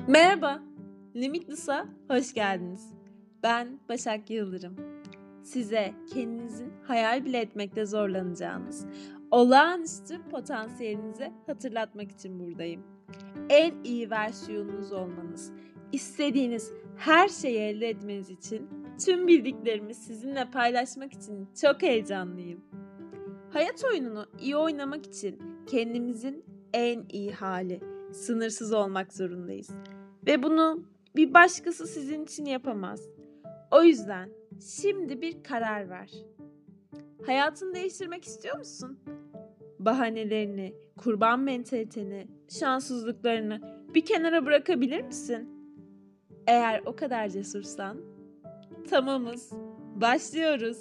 Merhaba, Limitless'a hoş geldiniz. Ben Başak Yıldırım. Size kendinizin hayal bile etmekte zorlanacağınız, olağanüstü potansiyelinizi hatırlatmak için buradayım. En iyi versiyonunuz olmanız, istediğiniz her şeyi elde etmeniz için tüm bildiklerimi sizinle paylaşmak için çok heyecanlıyım. Hayat oyununu iyi oynamak için kendimizin en iyi hali, sınırsız olmak zorundayız. Ve bunu bir başkası sizin için yapamaz. O yüzden şimdi bir karar ver. Hayatını değiştirmek istiyor musun? Bahanelerini, kurban mentaliteni, şanssızlıklarını bir kenara bırakabilir misin? Eğer o kadar cesursan, tamamız. Başlıyoruz.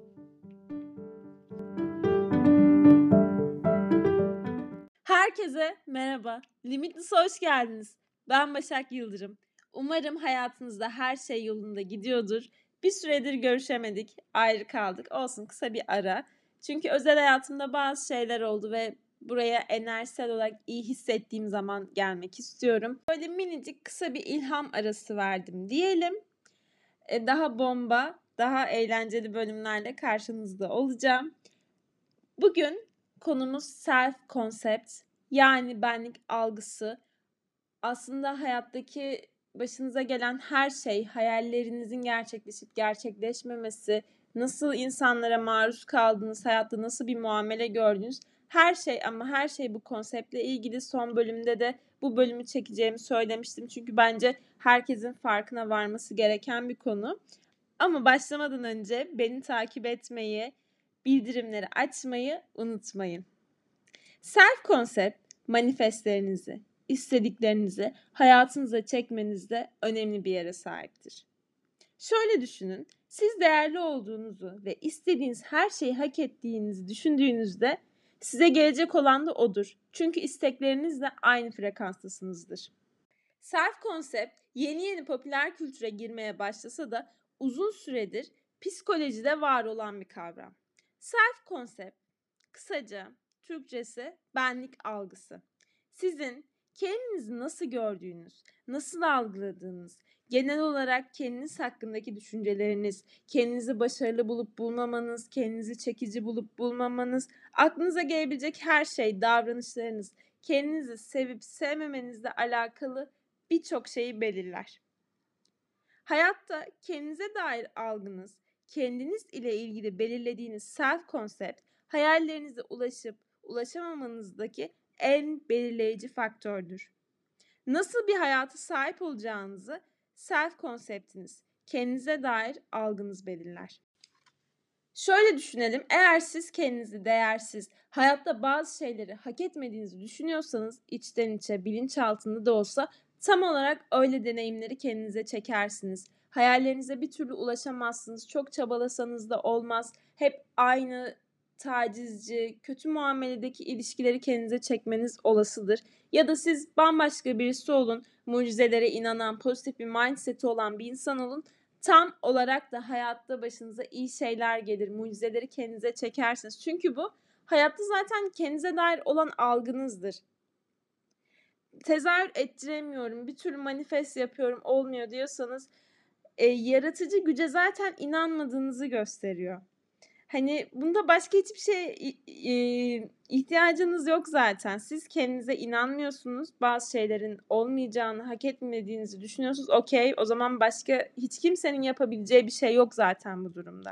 Herkese merhaba. Limitless'a hoş geldiniz. Ben Başak Yıldırım. Umarım hayatınızda her şey yolunda gidiyordur. Bir süredir görüşemedik, ayrı kaldık. Olsun, kısa bir ara. Çünkü özel hayatımda bazı şeyler oldu ve buraya enerjisel olarak iyi hissettiğim zaman gelmek istiyorum. Böyle minicik kısa bir ilham arası verdim diyelim. Daha bomba, daha eğlenceli bölümlerle karşınızda olacağım. Bugün konumuz self concept, yani benlik algısı. Aslında hayattaki başınıza gelen her şey, hayallerinizin gerçekleşip gerçekleşmemesi, nasıl insanlara maruz kaldığınız, hayatta nasıl bir muamele gördüğünüz, her şey ama her şey bu konseptle ilgili. Son bölümde de bu bölümü çekeceğimi söylemiştim. Çünkü bence herkesin farkına varması gereken bir konu. Ama başlamadan önce beni takip etmeyi, bildirimleri açmayı unutmayın. Self concept manifestlerinizi, istediklerinizi hayatınıza çekmenizde önemli bir yere sahiptir. Şöyle düşünün, siz değerli olduğunuzu ve istediğiniz her şeyi hak ettiğinizi düşündüğünüzde size gelecek olan da odur. Çünkü isteklerinizle aynı frekanstasınızdır. Self concept yeni popüler kültüre girmeye başlasa da uzun süredir psikolojide var olan bir kavram. Self concept, kısaca Türkçesi benlik algısı. Sizin kendinizi nasıl gördüğünüz, nasıl algıladığınız, genel olarak kendiniz hakkındaki düşünceleriniz, kendinizi başarılı bulup bulmamanız, kendinizi çekici bulup bulmamanız, aklınıza gelebilecek her şey, davranışlarınız, kendinizi sevip sevmemenizle alakalı birçok şeyi belirler. Hayatta kendinize dair algınız, kendiniz ile ilgili belirlediğiniz self concept, hayallerinize ulaşıp ulaşamamanızdaki en belirleyici faktördür. Nasıl bir hayata sahip olacağınızı self concept'iniz, kendinize dair algınız belirler. Şöyle düşünelim, eğer siz kendinizi değersiz, hayatta bazı şeyleri hak etmediğinizi düşünüyorsanız içten içe, bilinçaltında da olsa tam olarak öyle deneyimleri kendinize çekersiniz. Hayallerinize bir türlü ulaşamazsınız, çok çabalasanız da olmaz. Hep aynı tacizci, kötü muameledeki ilişkileri kendinize çekmeniz olasıdır. Ya da siz bambaşka birisi olun, mucizelere inanan, pozitif bir mindset'i olan bir insan olun. Tam olarak da hayatta başınıza iyi şeyler gelir, mucizeleri kendinize çekersiniz. Çünkü bu hayatta zaten kendinize dair olan algınızdır. Tezahür ettiremiyorum, bir türlü manifest yapıyorum, olmuyor diyorsanız yaratıcı güce zaten inanmadığınızı gösteriyor. Hani bunda başka hiçbir şeye ihtiyacınız yok zaten. Siz kendinize inanmıyorsunuz. Bazı şeylerin olmayacağını, hak etmediğinizi düşünüyorsunuz. Okey, o zaman başka hiç kimsenin yapabileceği bir şey yok zaten bu durumda.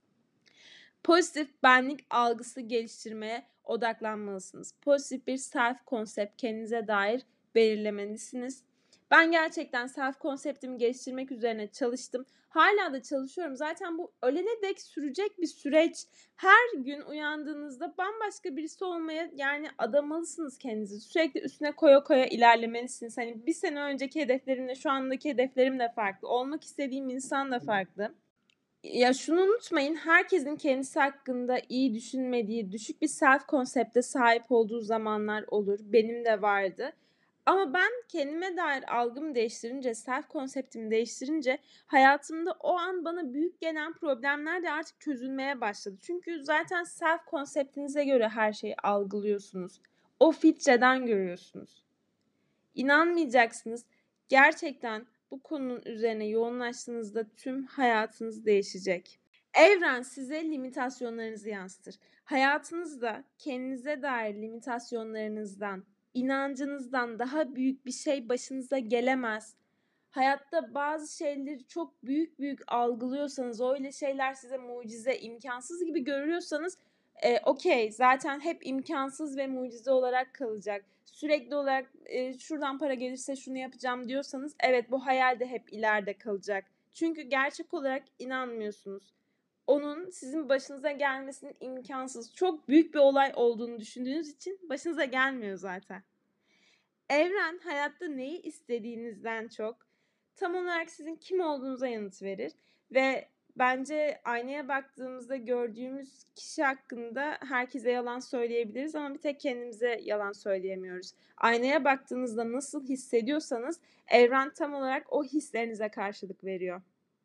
Pozitif benlik algısı geliştirmeye odaklanmalısınız. Pozitif bir self concept kendinize dair belirlemelisiniz. Ben gerçekten self konseptimi geliştirmek üzerine çalıştım. Hala da çalışıyorum. Zaten bu ölene dek sürecek bir süreç. Her gün uyandığınızda bambaşka birisi olmaya adamalısınız kendinizi. Sürekli üstüne koya koya ilerlemelisiniz. Hani bir sene önceki hedeflerimle şu andaki hedeflerim de farklı. Olmak istediğim insan da farklı. Ya şunu unutmayın, herkesin kendisi hakkında iyi düşünmediği, düşük bir self konsepte sahip olduğu zamanlar olur. Benim de vardı. Ama ben kendime dair algımı değiştirince, self konseptimi değiştirince hayatımda o an bana büyük gelen problemler de artık çözülmeye başladı. Çünkü zaten self konseptinize göre her şeyi algılıyorsunuz. O filtreden görüyorsunuz. İnanmayacaksınız. Gerçekten bu konunun üzerine yoğunlaştığınızda tüm hayatınız değişecek. Evren size limitasyonlarınızı yansıtır. Hayatınızda kendinize dair limitasyonlarınızdan, inancınızdan daha büyük bir şey başınıza gelemez. Hayatta bazı şeyleri çok büyük büyük algılıyorsanız, öyle şeyler size mucize, imkansız gibi görüyorsanız okey, zaten hep imkansız ve mucize olarak kalacak. Sürekli olarak şuradan para gelirse şunu yapacağım diyorsanız evet, bu hayal de hep ileride kalacak. Çünkü gerçek olarak inanmıyorsunuz. Onun sizin başınıza gelmesinin imkansız, çok büyük bir olay olduğunu düşündüğünüz için başınıza gelmiyor zaten. Evren hayatta neyi istediğinizden çok tam olarak sizin kim olduğunuza yanıt verir ve bence aynaya baktığımızda gördüğümüz kişi hakkında herkese yalan söyleyebiliriz ama bir tek kendimize yalan söyleyemiyoruz. Aynaya baktığınızda nasıl hissediyorsanız evren tam olarak o hislerinize karşılık veriyor.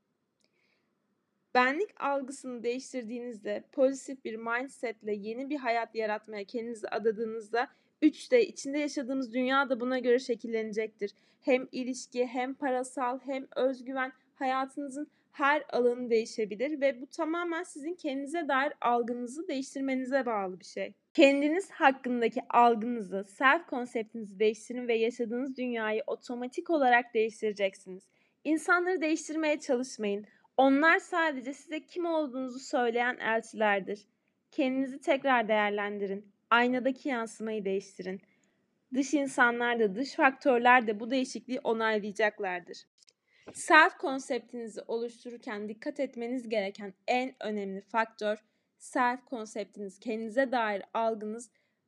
Benlik algısını değiştirdiğinizde, pozitif bir mindsetle yeni bir hayat yaratmaya kendinizi adadığınızda 3'te içinde yaşadığımız dünya da buna göre şekillenecektir. Hem ilişki, hem parasal, hem özgüven, hayatınızın her alanı değişebilir ve bu tamamen sizin kendinize dair algınızı değiştirmenize bağlı bir şey. Kendiniz hakkındaki algınızı, self konseptinizi değiştirin ve yaşadığınız dünyayı otomatik olarak değiştireceksiniz. İnsanları değiştirmeye çalışmayın. Onlar sadece size kim olduğunuzu söyleyen elçilerdir. Kendinizi tekrar değerlendirin. Aynadaki yansımayı değiştirin. Dış insanlar da, dış faktörler de bu değişikliği onaylayacaklardır. Self konseptinizi oluştururken dikkat etmeniz gereken en önemli faktör self konseptiniz, kendinize dair algınız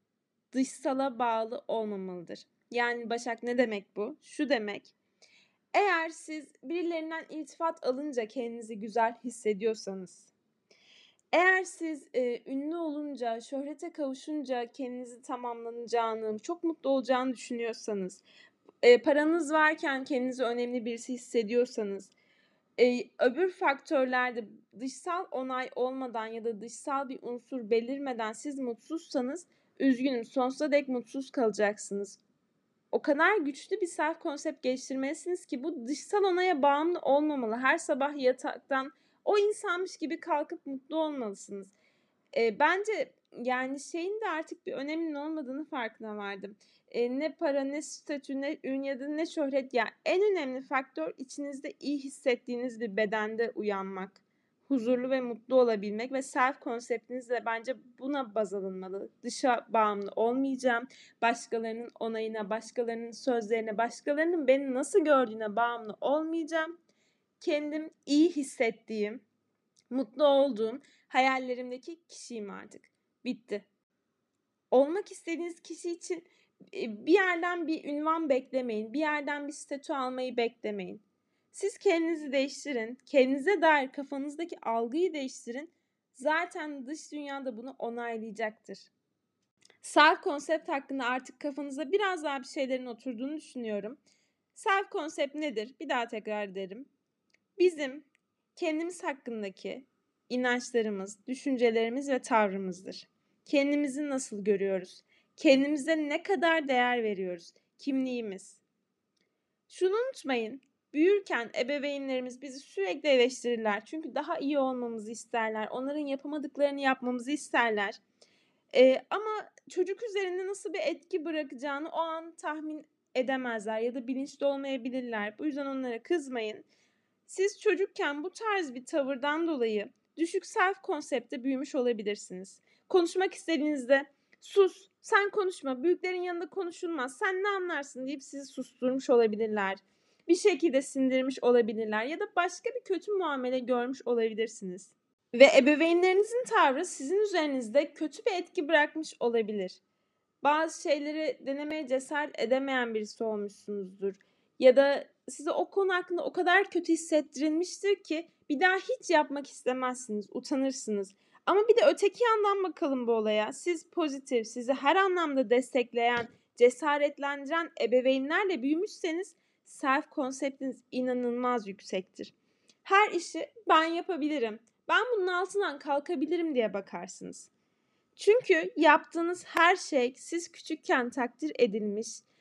dışsala bağlı olmamalıdır. Yani Başak, ne demek bu? Şu demek: eğer siz birilerinden iltifat alınca kendinizi güzel hissediyorsanız, eğer siz ünlü olunca, şöhrete kavuşunca kendinizi tamamlanacağını, çok mutlu olacağını düşünüyorsanız, paranız varken kendinizi önemli birisi hissediyorsanız, öbür faktörlerde dışsal onay olmadan ya da dışsal bir unsur belirmeden siz mutsuzsanız, üzgünüm, sonsuza dek mutsuz kalacaksınız. O kadar güçlü bir self konsept geliştirmelisiniz ki bu dışsal onaya bağımlı olmamalı. Her sabah yataktan o insanmış gibi kalkıp mutlu olmalısınız. Bence yani şeyin de artık bir öneminin olmadığını farkına vardım. Ne para, ne statü, ne ün ya da ne şöhret. Yani en önemli faktör içinizde iyi hissettiğiniz bir bedende uyanmak. Huzurlu ve mutlu olabilmek ve self konseptiniz de bence buna baz alınmalı. Dışa bağımlı olmayacağım. Başkalarının onayına, başkalarının sözlerine, başkalarının beni nasıl gördüğüne bağımlı olmayacağım. Kendim iyi hissettiğim, mutlu olduğum hayallerimdeki kişiyim artık. Bitti. Olmak istediğiniz kişi için bir yerden bir ünvan beklemeyin. Bir yerden bir statü almayı beklemeyin. Siz kendinizi değiştirin. Kendinize dair kafanızdaki algıyı değiştirin. Zaten dış dünyada bunu onaylayacaktır. Self konsept hakkında artık kafanızda biraz daha bir şeylerin oturduğunu düşünüyorum. Self konsept nedir? Bir daha tekrar ederim. Bizim kendimiz hakkındaki inançlarımız, düşüncelerimiz ve tavrımızdır. Kendimizi nasıl görüyoruz? Kendimize ne kadar değer veriyoruz? Kimliğimiz. Şunu unutmayın. Büyürken ebeveynlerimiz bizi sürekli eleştirirler. Çünkü daha iyi olmamızı isterler. Onların yapamadıklarını yapmamızı isterler. Ama çocuk üzerinde nasıl bir etki bırakacağını o an tahmin edemezler ya da bilinçli olmayabilirler. Bu yüzden onlara kızmayın. Siz çocukken bu tarz bir tavırdan dolayı düşük self konsepte büyümüş olabilirsiniz. Konuşmak istediğinizde sus, sen konuşma, büyüklerin yanında konuşulmaz, sen ne anlarsın deyip sizi susturmuş olabilirler. Bir şekilde sindirmiş olabilirler ya da başka bir kötü muamele görmüş olabilirsiniz. Ve ebeveynlerinizin tavrı sizin üzerinizde kötü bir etki bırakmış olabilir. Bazı şeyleri denemeye cesaret edemeyen birisi olmuşsunuzdur. Ya da size o konu hakkında o kadar kötü hissettirilmiştir ki bir daha hiç yapmak istemezsiniz, utanırsınız. Ama bir de öteki yandan bakalım bu olaya. Siz pozitif, sizi her anlamda destekleyen, cesaretlendiren ebeveynlerle büyümüşseniz self konseptiniz inanılmaz yüksektir. Her işi ben yapabilirim, ben bunun altından kalkabilirim diye bakarsınız. Çünkü yaptığınız her şey siz küçükken takdir edilmiş,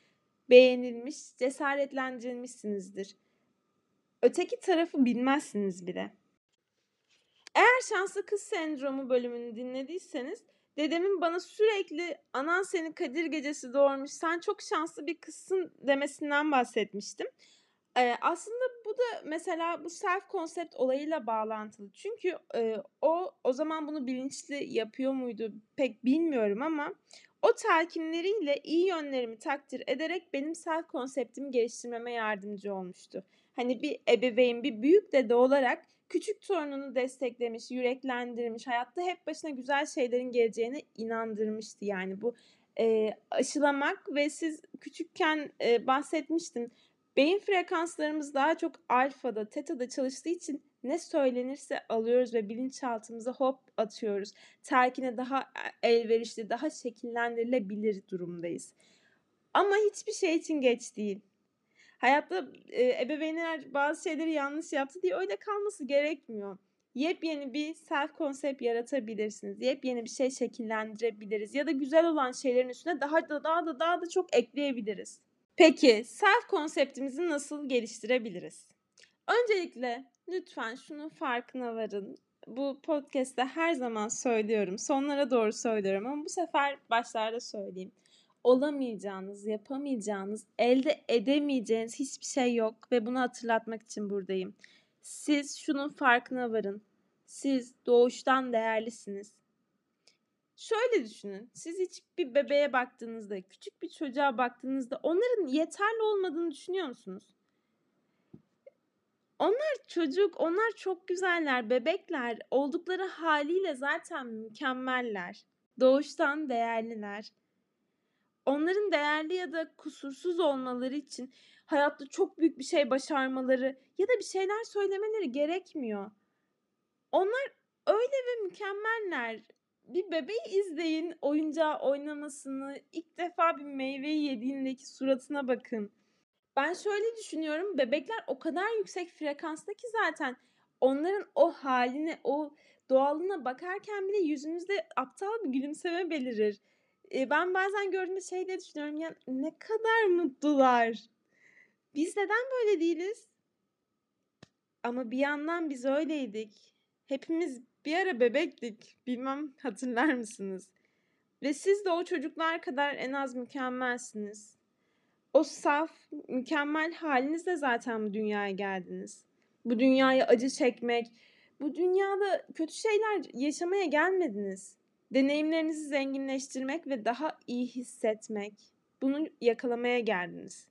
beğenilmiş, cesaretlendirilmişsinizdir. Öteki tarafı bilmezsiniz bile. Eğer Şanslı Kız Sendromu bölümünü dinlediyseniz dedemin bana sürekli anan seni Kadir Gecesi doğurmuş, sen çok şanslı bir kızsın demesinden bahsetmiştim. Aslında bu da mesela bu self concept olayıyla bağlantılı. Çünkü o zaman bunu bilinçli yapıyor muydu pek bilmiyorum ama o telkinleriyle iyi yönlerimi takdir ederek benim self concept'imi geliştirmeme yardımcı olmuştu. Hani bir ebeveyn, bir büyük dede olarak küçük torununu desteklemiş, yüreklendirmiş, hayatta hep başına güzel şeylerin geleceğine inandırmıştı. Yani bu aşılamak ve siz küçükken bahsetmiştin. Beyin frekanslarımız daha çok alfada, teta'da çalıştığı için ne söylenirse alıyoruz ve bilinçaltımıza hop atıyoruz. Telkine daha elverişli, daha şekillendirilebilir durumdayız. Ama hiçbir şey için geç değil. Hayatta ebeveynler bazı şeyleri yanlış yaptı diye öyle kalması gerekmiyor. Yepyeni bir self concept yaratabilirsiniz. Yepyeni bir şey şekillendirebiliriz. Ya da güzel olan şeylerin üstüne daha da çok ekleyebiliriz. Peki self konseptimizi nasıl geliştirebiliriz? Öncelikle lütfen şunun farkına varın. Bu podcast'te her zaman söylüyorum. Sonlara doğru söylüyorum ama bu sefer başlarda söyleyeyim. Olamayacağınız, yapamayacağınız, elde edemeyeceğiniz hiçbir şey yok ve bunu hatırlatmak için buradayım. Siz şunun farkına varın. Siz doğuştan değerlisiniz. Şöyle düşünün. Siz hiçbir bebeğe baktığınızda, küçük bir çocuğa baktığınızda onların yeterli olmadığını düşünüyor musunuz? Onlar çocuk, onlar çok güzeller, bebekler. Oldukları haliyle zaten mükemmeller. Doğuştan değerliler. Onların değerli ya da kusursuz olmaları için hayatta çok büyük bir şey başarmaları ya da bir şeyler söylemeleri gerekmiyor. Onlar öyle ve mükemmeller. Bir bebeği izleyin, oyuncağı oynamasını, ilk defa bir meyveyi yediğindeki suratına bakın. Ben şöyle düşünüyorum, bebekler o kadar yüksek frekansta ki zaten onların o haline, o doğalına bakarken bile yüzünüzde aptal bir gülümseme belirir. Ben bazen gördüğümde şey diye düşünüyorum, ya ne kadar mutlular. Biz neden böyle değiliz? Ama bir yandan biz öyleydik. Hepimiz bir ara bebektik. Bilmem hatırlar mısınız? Ve siz de o çocuklar kadar en az mükemmelsiniz. O saf, mükemmel halinizle zaten bu dünyaya geldiniz. Bu dünyaya acı çekmek, bu dünyada kötü şeyler yaşamaya gelmediniz. Deneyimlerinizi zenginleştirmek ve daha iyi hissetmek. Bunu yakalamaya geldiniz.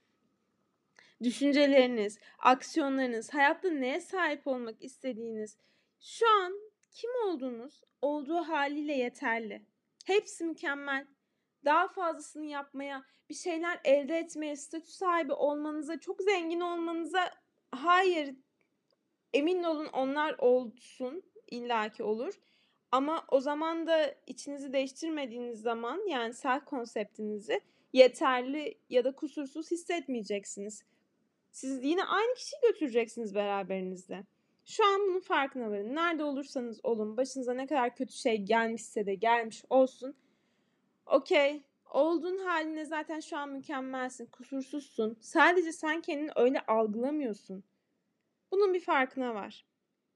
Düşünceleriniz, aksiyonlarınız, hayatta neye sahip olmak istediğiniz, şu an kim olduğunuz olduğu haliyle yeterli. Hepsi mükemmel. Daha fazlasını yapmaya, bir şeyler elde etmeye, statü sahibi olmanıza, çok zengin olmanıza hayır. Emin olun onlar olsun, illaki olur. Ama o zaman da içinizi değiştirmediğiniz zaman yani self konseptinizi yeterli ya da kusursuz hissetmeyeceksiniz. Siz yine aynı kişiyi götüreceksiniz beraberinizde. Şu an bunun farkına varın. Nerede olursanız olun, başınıza ne kadar kötü şey gelmişse de gelmiş olsun. Okey, olduğun haline zaten şu an mükemmelsin, kusursuzsun. Sadece sen kendini öyle algılamıyorsun. Bunun bir farkına var.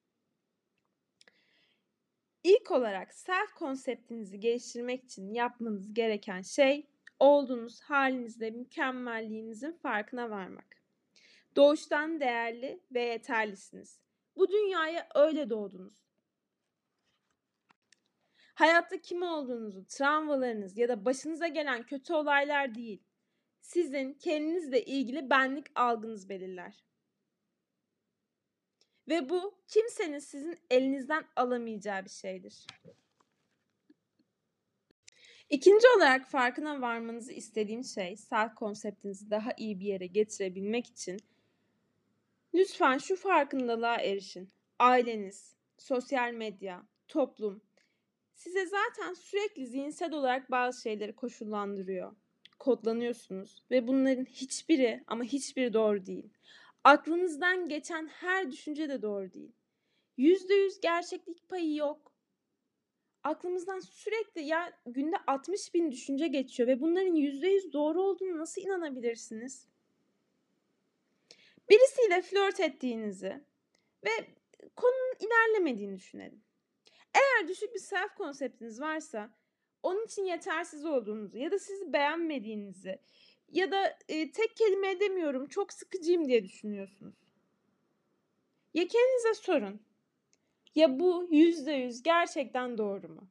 İlk olarak self konseptinizi geliştirmek için yapmanız gereken şey olduğunuz halinizde mükemmelliğinizin farkına varmak. Doğuştan değerli ve yeterlisiniz. Bu dünyaya öyle doğdunuz. Hayatta kim olduğunuzu, travmalarınız ya da başınıza gelen kötü olaylar değil, sizin kendinizle ilgili benlik algınız belirler. Ve bu kimsenin sizin elinizden alamayacağı bir şeydir. İkinci olarak farkına varmanızı istediğim şey, self konseptinizi daha iyi bir yere getirebilmek için lütfen şu farkındalığa erişin. Aileniz, sosyal medya, toplum size zaten sürekli zihinsel olarak bazı şeyleri koşullandırıyor. Kodlanıyorsunuz ve bunların hiçbiri ama hiçbiri doğru değil. Aklınızdan geçen her düşünce de doğru değil. %100 gerçeklik payı yok. Aklımızdan sürekli günde 60.000 düşünce geçiyor ve bunların %100 doğru olduğunu nasıl inanabilirsiniz? Birisiyle flört ettiğinizi ve konunun ilerlemediğini düşünelim. Eğer düşük bir self konseptiniz varsa onun için yetersiz olduğunuzu ya da sizi beğenmediğinizi ya da tek kelime edemiyorum, çok sıkıcıyım diye düşünüyorsunuz. Ya kendinize sorun. Ya bu %100 gerçekten doğru mu?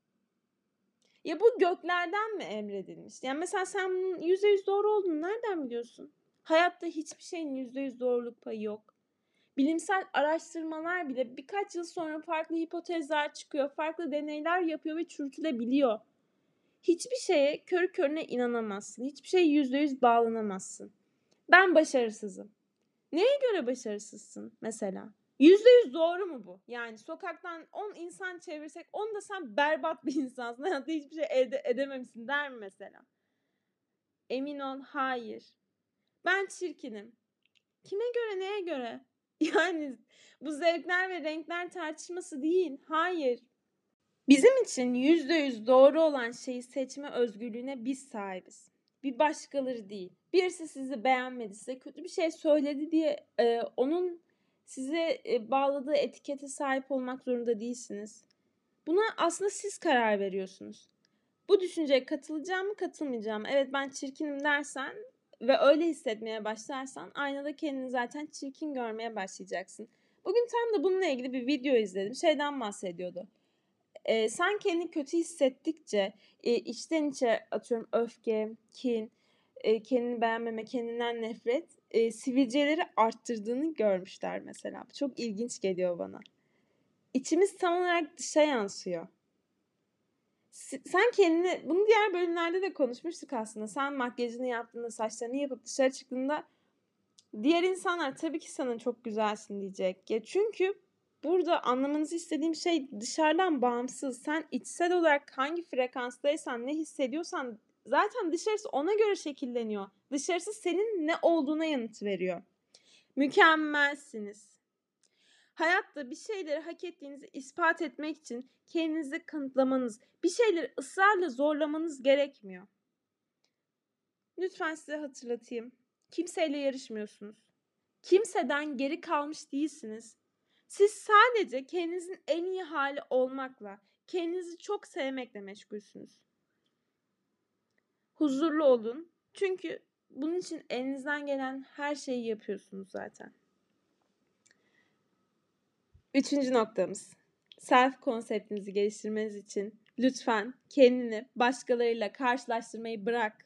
Ya bu göklerden mi emredilmiş? Yani mesela sen bunun %100 doğru olduğunu nereden biliyorsun? Hayatta hiçbir şeyin %100 doğruluk payı yok. Bilimsel araştırmalar bile birkaç yıl sonra farklı hipotezler çıkıyor, farklı deneyler yapıyor ve çürütülebiliyor. Hiçbir şeye körü körüne inanamazsın. Hiçbir şeye %100 bağlanamazsın. Ben başarısızım. Neye göre başarısızsın mesela? %100 doğru mu bu? Yani sokaktan 10 insan çevirsek 10 da sen berbat bir insansın. Hayatta hiçbir şey elde edememişsin der mi mesela? Emin ol, hayır. Ben çirkinim. Kime göre, neye göre? Yani bu zevkler ve renkler tartışması değil. Hayır. Bizim için %100 doğru olan şeyi seçme özgürlüğüne biz sahibiz. Bir başkaları değil. Birisi sizi beğenmedi, size kötü bir şey söyledi diye onun size bağladığı etikete sahip olmak zorunda değilsiniz. Buna aslında siz karar veriyorsunuz. Bu düşünceye katılacağım mı, katılmayacağım mı? Evet, ben çirkinim dersen ve öyle hissetmeye başlarsan aynada kendini zaten çirkin görmeye başlayacaksın. Bugün tam da bununla ilgili bir video izledim. Şeyden bahsediyordu. Sen kendini kötü hissettikçe içten içe atıyorum öfke, kin, kendini beğenmeme, kendinden nefret sivilceleri arttırdığını görmüşler mesela. Bu çok ilginç geliyor bana. İçimiz tam olarak dışa yansıyor. Sen kendini, bunu diğer bölümlerde de konuşmuştuk aslında. Sen makyajını yaptığında, saçlarını yapıp dışarı çıktığında diğer insanlar tabii ki sana çok güzelsin diyecek. Ya çünkü burada anlamanızı istediğim şey dışarıdan bağımsız. Sen içsel olarak hangi frekanstaysan, ne hissediyorsan zaten dışarısı ona göre şekilleniyor. Dışarısı senin ne olduğuna yanıt veriyor. Mükemmelsiniz. Hayatta bir şeyleri hak ettiğinizi ispat etmek için kendinizi kanıtlamanız, bir şeyleri ısrarla zorlamanız gerekmiyor. Lütfen size hatırlatayım. Kimseyle yarışmıyorsunuz. Kimseden geri kalmış değilsiniz. Siz sadece kendinizin en iyi hali olmakla, kendinizi çok sevmekle meşgulsünüz. Huzurlu olun. Çünkü bunun için elinizden gelen her şeyi yapıyorsunuz zaten. 3. noktamız. Self konseptinizi geliştirmeniz için lütfen kendini başkalarıyla karşılaştırmayı bırak.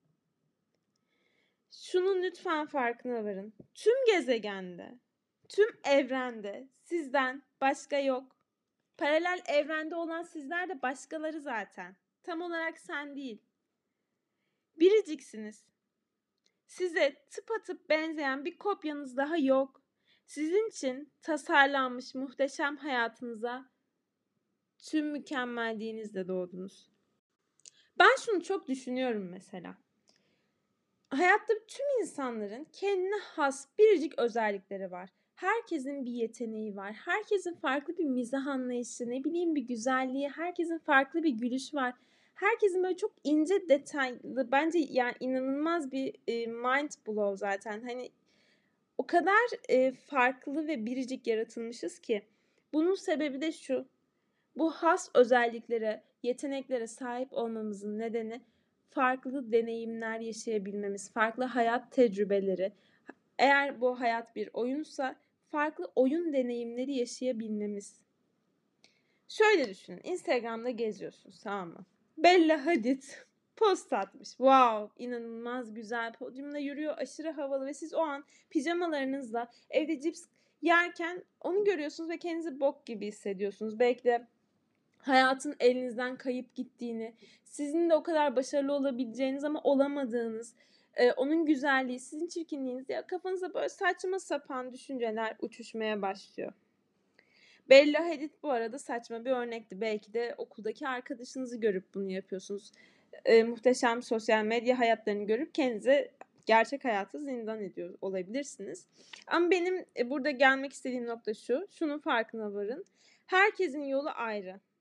Şunun lütfen farkına varın. Tüm gezegende, tüm evrende sizden başka yok. Paralel evrende olan sizler de başkaları zaten. Tam olarak sen değil. Biriciksiniz. Size tıpatıp benzeyen bir kopyanız daha yok. Sizin için tasarlanmış muhteşem hayatınıza tüm mükemmelliğinizle doğdunuz. Ben şunu çok düşünüyorum mesela. Hayatta tüm insanların kendine has biricik özellikleri var. Herkesin bir yeteneği var. Herkesin farklı bir mizah anlayışı, ne bileyim bir güzelliği, herkesin farklı bir gülüşü var. Herkesin böyle çok ince detaylı, bence yani inanılmaz bir mind blow zaten. Hani o kadar farklı ve biricik yaratılmışız ki. Bunun sebebi de şu. Bu has özelliklere, yeteneklere sahip olmamızın nedeni farklı deneyimler yaşayabilmemiz, farklı hayat tecrübeleri. Eğer bu hayat bir oyunsa farklı oyun deneyimleri yaşayabilmemiz. Şöyle düşünün, Instagram'da geziyorsunuz, tamam mı? Bella Hadid post atmış. Wow, inanılmaz güzel, podyumda yürüyor, aşırı havalı ve siz o an pijamalarınızla evde cips yerken onu görüyorsunuz ve kendinizi bok gibi hissediyorsunuz. Belki de hayatın elinizden kayıp gittiğini, sizin de o kadar başarılı olabileceğiniz ama olamadığınız, onun güzelliği, sizin çirkinliğiniz, ya kafanıza böyle saçma sapan düşünceler uçuşmaya başlıyor. Bella Hadid bu arada saçma bir örnekti. Belki de okuldaki arkadaşınızı görüp bunu yapıyorsunuz. Muhteşem sosyal medya hayatlarını görüp kendinize gerçek hayatı zindan ediyor olabilirsiniz. Ama benim burada gelmek istediğim nokta şu. Şunun farkına varın. Herkesin yolu ayrı.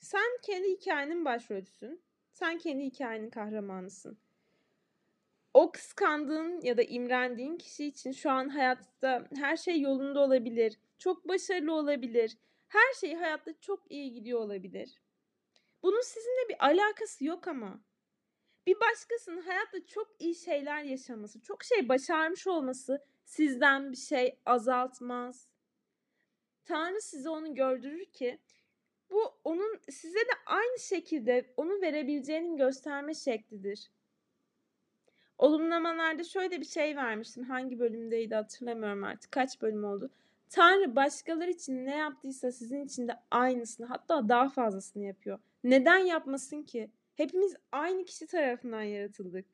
Sen kendi hikayenin başrolüsün. Sen kendi hikayenin kahramanısın. O kıskandığın ya da imrendiğin kişi için şu an hayatta her şey yolunda olabilir. Çok başarılı olabilir. Her şey hayatta çok iyi gidiyor olabilir. Bunun sizinle bir alakası yok ama. Bir başkasının hayatta çok iyi şeyler yaşaması, çok şey başarmış olması sizden bir şey azaltmaz. Tanrı size onu gördürür ki bu onun size de aynı şekilde onu verebileceğinin gösterme şeklidir. Olumlamalarda şöyle bir şey vermiştim. Hangi bölümdeydi hatırlamıyorum artık. Kaç bölüm oldu. Tanrı başkaları için ne yaptıysa sizin için de aynısını, hatta daha fazlasını yapıyor. Neden yapmasın ki? Hepimiz aynı kişi tarafından yaratıldık.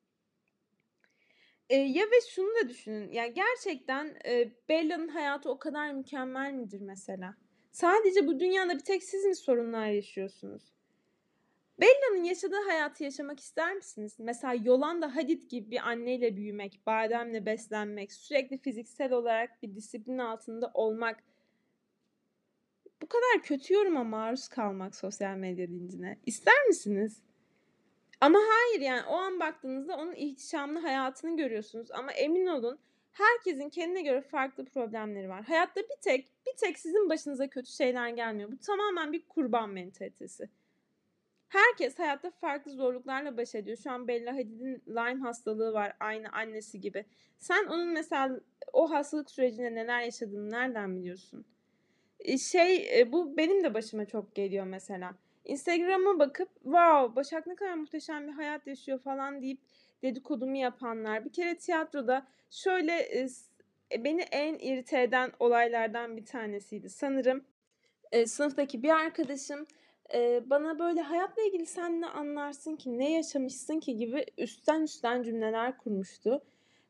Ya ve şunu da düşünün. Yani gerçekten Bella'nın hayatı o kadar mükemmel midir mesela? Sadece bu dünyada bir tek siz mi sorunlar yaşıyorsunuz? Bella'nın yaşadığı hayatı yaşamak ister misiniz? Mesela Yolanda Hadid gibi bir anneyle büyümek, bademle beslenmek, sürekli fiziksel olarak bir disiplin altında olmak, bu kadar kötü yoruma maruz kalmak sosyal medya lincine. İster misiniz? Ama hayır, yani o an baktığınızda onun ihtişamlı hayatını görüyorsunuz ama emin olun herkesin kendine göre farklı problemleri var. Hayatta bir tek sizin başınıza kötü şeyler gelmiyor. Bu tamamen bir kurban mentalitesi. Herkes hayatta farklı zorluklarla baş ediyor. Şu an Bella Hadid'in Lyme hastalığı var, aynı annesi gibi. Sen onun mesela o hastalık sürecinde neler yaşadığını nereden biliyorsun? Bu benim de başıma çok geliyor mesela. Instagram'a bakıp wow Başak ne kadar muhteşem bir hayat yaşıyor falan deyip dedikodumu yapanlar. Bir kere tiyatroda şöyle beni en irite eden olaylardan bir tanesiydi. Sanırım sınıftaki bir arkadaşım bana böyle hayatla ilgili sen ne anlarsın ki, ne yaşamışsın ki gibi üstten cümleler kurmuştu.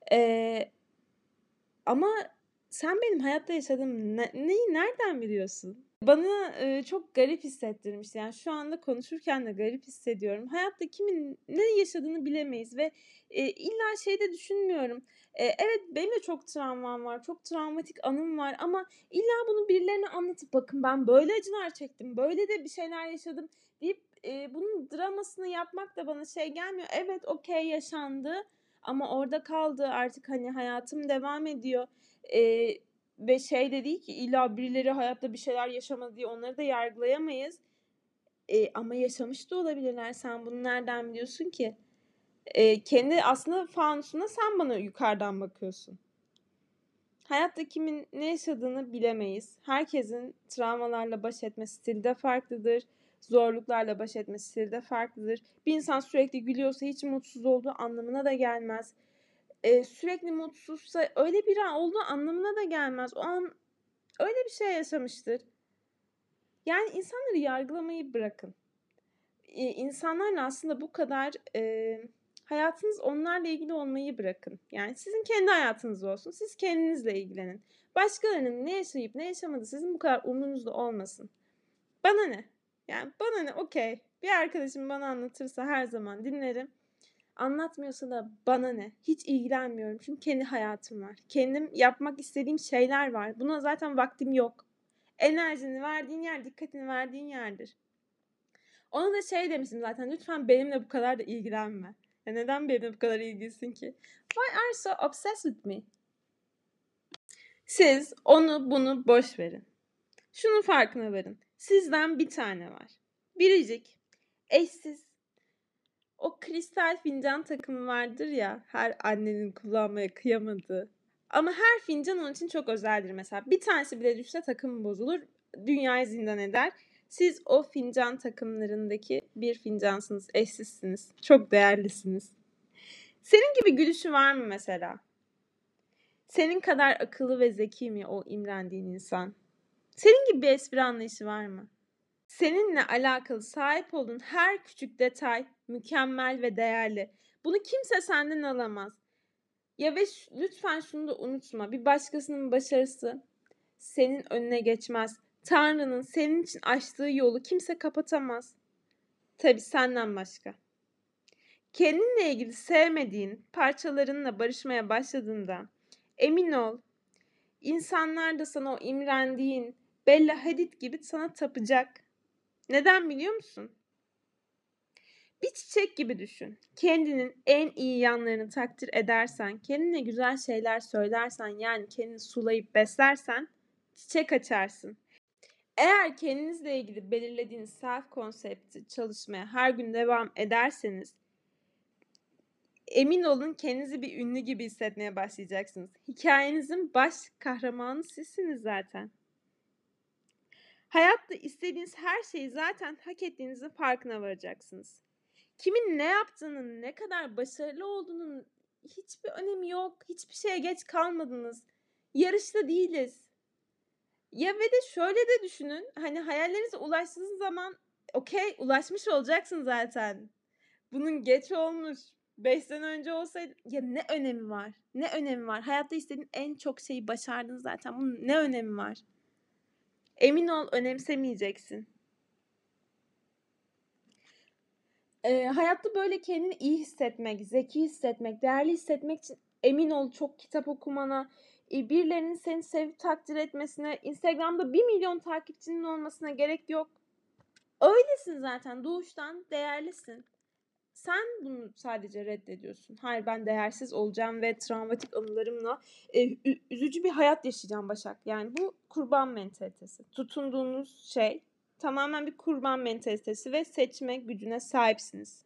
Ama sen benim hayatta yaşadığım neyi nereden biliyorsun? Bana çok garip hissettirmişti. Yani şu anda konuşurken de garip hissediyorum. Hayatta kimin ne yaşadığını bilemeyiz ve illa şey de düşünmüyorum. Evet benim de çok travmam var, çok travmatik anım var ama illa bunu birilerine anlatıp bakın ben böyle acılar çektim, böyle de bir şeyler yaşadım deyip bunun dramasını yapmak da bana şey gelmiyor. Evet okey yaşandı ama orada kaldı artık, hani hayatım devam ediyor. Ve şey de değil ki illa birileri hayatta bir şeyler yaşamadı diye onları da yargılayamayız. Ama yaşamış da olabilirler. Sen bunu nereden biliyorsun ki? Kendi aslında fanusuna sen bana yukarıdan bakıyorsun. Hayatta kimin ne yaşadığını bilemeyiz. Herkesin travmalarla baş etme stili de farklıdır. Zorluklarla baş etme stili de farklıdır. Bir insan sürekli gülüyorsa hiç mutsuz olduğu anlamına da gelmez. Sürekli mutsuzsa öyle bir an olduğu anlamına da gelmez. O an öyle bir şey yaşamıştır. Yani insanları yargılamayı bırakın. İnsanlarla aslında bu kadar hayatınız onlarla ilgili olmayı bırakın. Yani sizin kendi hayatınız olsun. Siz kendinizle ilgilenin. Başkalarının ne yaşayıp ne yaşamadığı sizin bu kadar umurunuzda olmasın. Bana ne? Yani bana ne? Okey. Bir arkadaşım bana anlatırsa her zaman dinlerim. Anlatmıyorsa da bana ne? Hiç ilgilenmiyorum. Çünkü kendi hayatım var. Kendim yapmak istediğim şeyler var. Buna zaten vaktim yok. Enerjini verdiğin yer, dikkatini verdiğin yerdir. Ona da şey demiştim zaten, lütfen benimle bu kadar da ilgilenme. Ya neden benimle bu kadar ilgilisin ki? Why are you so obsessed with me? Siz onu bunu boş verin. Şunun farkına varın. Sizden bir tane var. Biricik, eşsiz. O kristal fincan takımı vardır ya, her annenin kullanmaya kıyamadığı. Ama her fincan onun için çok özeldir mesela. Bir tanesi bile düşse takım bozulur, dünyayı zindan eder. Siz o fincan takımlarındaki bir fincansınız, eşsizsiniz, çok değerlisiniz. Senin gibi gülüşü var mı mesela? Senin kadar akıllı ve zeki mi o imrendiğin insan? Senin gibi bir espri anlayışı var mı? Seninle alakalı sahip olduğun her küçük detay mükemmel ve değerli. Bunu kimse senden alamaz. Ya ve lütfen şunu da unutma. Bir başkasının başarısı senin önüne geçmez. Tanrı'nın senin için açtığı yolu kimse kapatamaz. Tabii senden başka. Kendinle ilgili sevmediğin parçalarınla barışmaya başladığında emin ol, insanlar da sana o imrendiğin Bella Hadid gibi sana tapacak. Neden biliyor musun? Bir çiçek gibi düşün. Kendinin en iyi yanlarını takdir edersen, kendine güzel şeyler söylersen, yani kendini sulayıp beslersen çiçek açarsın. Eğer kendinizle ilgili belirlediğiniz self konsepti çalışmaya her gün devam ederseniz, emin olun kendinizi bir ünlü gibi hissetmeye başlayacaksınız. Hikayenizin baş kahramanı sizsiniz zaten. Hayatta istediğiniz her şeyi zaten hak ettiğinizin farkına varacaksınız. Kimin ne yaptığının, ne kadar başarılı olduğunun hiçbir önemi yok. Hiçbir şeye geç kalmadınız. Yarışta değiliz. Ya ve de şöyle de düşünün. Hani hayallerinize ulaştığınız zaman okey, ulaşmış olacaksın zaten. Bunun geç olmuş. 5 sene önce olsaydı ya ne önemi var? Ne önemi var? Hayatta istediğin en çok şeyi başardın zaten. Bunun ne önemi var? Emin ol önemsemeyeceksin. Hayatta böyle kendini iyi hissetmek, zeki hissetmek, değerli hissetmek için emin ol çok kitap okumana, birilerinin seni sevip takdir etmesine, Instagram'da 1 milyon takipçinin olmasına gerek yok. Öylesin zaten doğuştan değerlisin. Sen bunu sadece reddediyorsun. Hayır ben değersiz olacağım ve travmatik anılarımla üzücü bir hayat yaşayacağım Başak. Yani bu kurban mentalitesi. Tutunduğunuz şey tamamen bir kurban mentalitesi ve seçme gücüne sahipsiniz.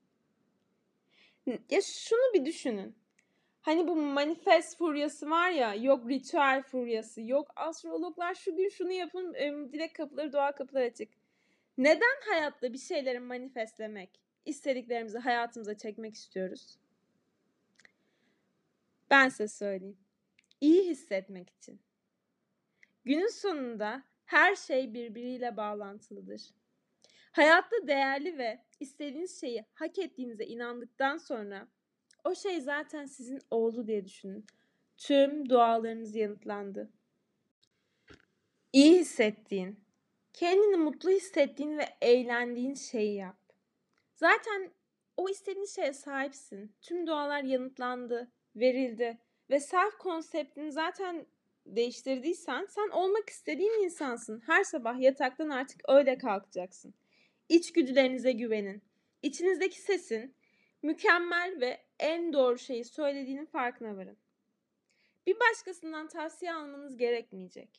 Ya şunu bir düşünün. Hani bu manifest furyası var ya, yok ritüel furyası, yok astrologlar şu gün şunu yapın, dilek kapıları, dua kapıları açık. Neden hayatta bir şeyleri manifestlemek, istediklerimizi hayatımıza çekmek istiyoruz? Ben size söyleyeyim. İyi hissetmek için. Günün sonunda her şey birbiriyle bağlantılıdır. Hayatta değerli ve istediğiniz şeyi hak ettiğinize inandıktan sonra o şey zaten sizin oldu diye düşünün. Tüm dualarınız yanıtlandı. İyi hissettiğin, kendini mutlu hissettiğin ve eğlendiğin şeyi yap. Zaten o istediğin şeye sahipsin. Tüm dualar yanıtlandı, verildi ve self konseptini zaten değiştirdiysen sen olmak istediğin insansın. Her sabah yataktan artık öyle kalkacaksın. İçgüdülerinize güvenin. İçinizdeki sesin mükemmel ve en doğru şeyi söylediğinin farkına varın. Bir başkasından tavsiye almanız gerekmeyecek.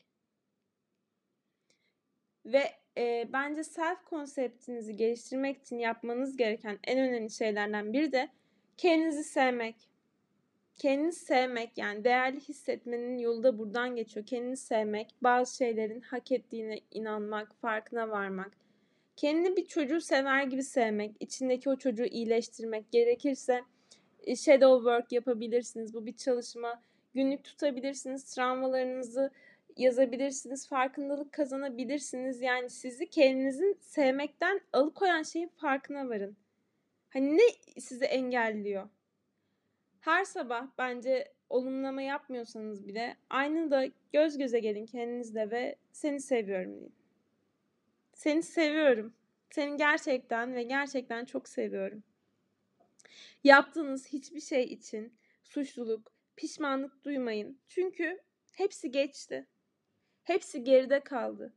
Ve bence self konseptinizi geliştirmek için yapmanız gereken en önemli şeylerden biri de kendinizi sevmek. Kendinizi sevmek, yani değerli hissetmenin yolu da buradan geçiyor. Kendini sevmek, bazı şeylerin hak ettiğine inanmak, farkına varmak. Kendini bir çocuğu sever gibi sevmek, içindeki o çocuğu iyileştirmek, gerekirse shadow work yapabilirsiniz. Bu bir çalışma. Günlük tutabilirsiniz. Travmalarınızı yazabilirsiniz. Farkındalık kazanabilirsiniz. Yani sizi kendinizin sevmekten alıkoyan şeyin farkına varın. Hani ne sizi engelliyor? Her sabah bence olumlama yapmıyorsanız bile aynada göz göze gelin kendinizle ve seni seviyorum deyin. Seni seviyorum. Seni gerçekten ve gerçekten çok seviyorum. Yaptığınız hiçbir şey için suçluluk, pişmanlık duymayın. Çünkü hepsi geçti. Hepsi geride kaldı.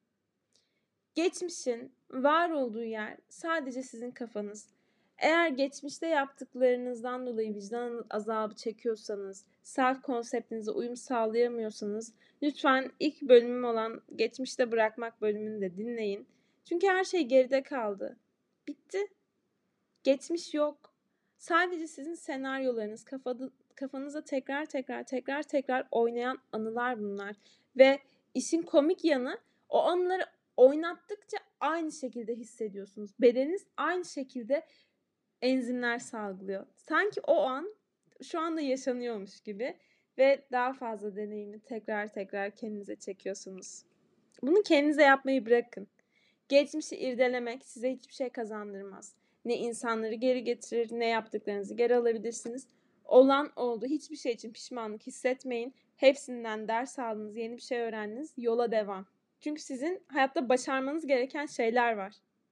Geçmişin var olduğu yer sadece sizin kafanız. Eğer geçmişte yaptıklarınızdan dolayı vicdan azabı çekiyorsanız, self konseptinize uyum sağlayamıyorsanız lütfen ilk bölümüm olan geçmişte bırakmak bölümünü de dinleyin. Çünkü her şey geride kaldı. Bitti. Geçmiş yok. Sadece sizin senaryolarınız, kafanıza tekrar oynayan anılar bunlar. Ve işin komik yanı o anıları oynattıkça aynı şekilde hissediyorsunuz. Bedeniniz aynı şekilde enzimler salgılıyor. Sanki o an şu anda yaşanıyormuş gibi ve daha fazla deneyimi tekrar kendinize çekiyorsunuz. Bunu kendinize yapmayı bırakın. Geçmişi irdelemek size hiçbir şey kazandırmaz. Ne insanları geri getirir, ne yaptıklarınızı geri alabilirsiniz. Olan oldu. Hiçbir şey için pişmanlık hissetmeyin. Hepsinden ders aldınız, yeni bir şey öğrendiniz. Yola devam. Çünkü sizin hayatta başarmanız gereken şeyler var.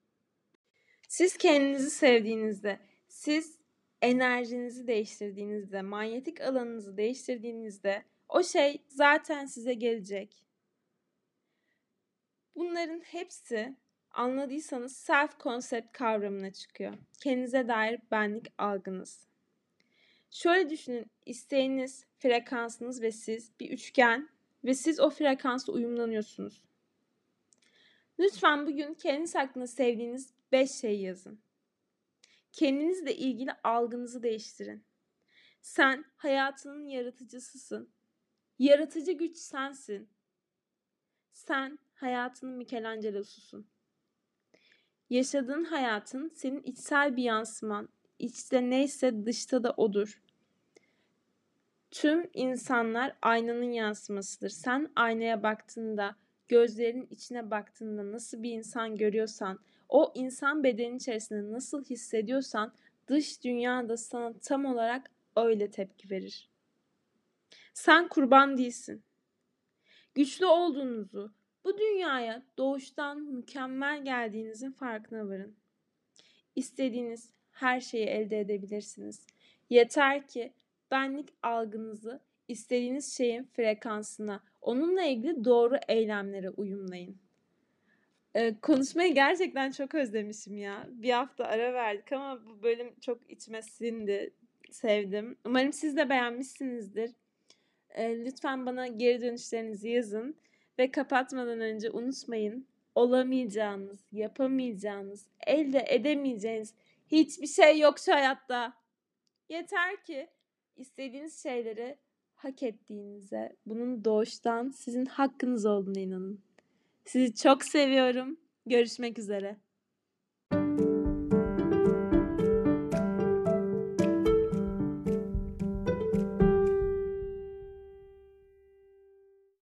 Siz kendinizi sevdiğinizde, siz enerjinizi değiştirdiğinizde, manyetik alanınızı değiştirdiğinizde o şey zaten size gelecek. Bunların hepsi Anladıysanız self concept kavramına çıkıyor. Kendinize dair benlik algınız. Şöyle düşünün, isteğiniz, frekansınız ve siz bir üçgen ve siz o frekansla uyumlanıyorsunuz. Lütfen bugün kendiniz hakkında sevdiğiniz 5 şey yazın. Kendinizle ilgili algınızı değiştirin. Sen hayatının yaratıcısısın. Yaratıcı güç sensin. Sen hayatının Michelangelo'susun. Yaşadığın hayatın senin içsel bir yansıman. İçte neyse dışta da odur. Tüm insanlar aynanın yansımasıdır. Sen aynaya baktığında, gözlerinin içine baktığında nasıl bir insan görüyorsan, o insan bedenin içerisinde nasıl hissediyorsan, dış dünyada sana tam olarak öyle tepki verir. Sen kurban değilsin. Güçlü olduğunuzu, bu dünyaya doğuştan mükemmel geldiğinizin farkına varın. İstediğiniz her şeyi elde edebilirsiniz. Yeter ki benlik algınızı istediğiniz şeyin frekansına, onunla ilgili doğru eylemlere uyumlayın. Konuşmayı gerçekten çok özlemişim ya. Bir hafta ara verdik ama bu bölüm çok içime sindi. Sevdim. Umarım siz de beğenmişsinizdir. Lütfen bana geri dönüşlerinizi yazın. Ve kapatmadan önce unutmayın, olamayacağınız, yapamayacağınız, elde edemeyeceğiniz hiçbir şey yok şu hayatta. Yeter ki istediğiniz şeyleri hak ettiğinize, bunun doğuştan sizin hakkınız olduğuna inanın. Sizi çok seviyorum. Görüşmek üzere.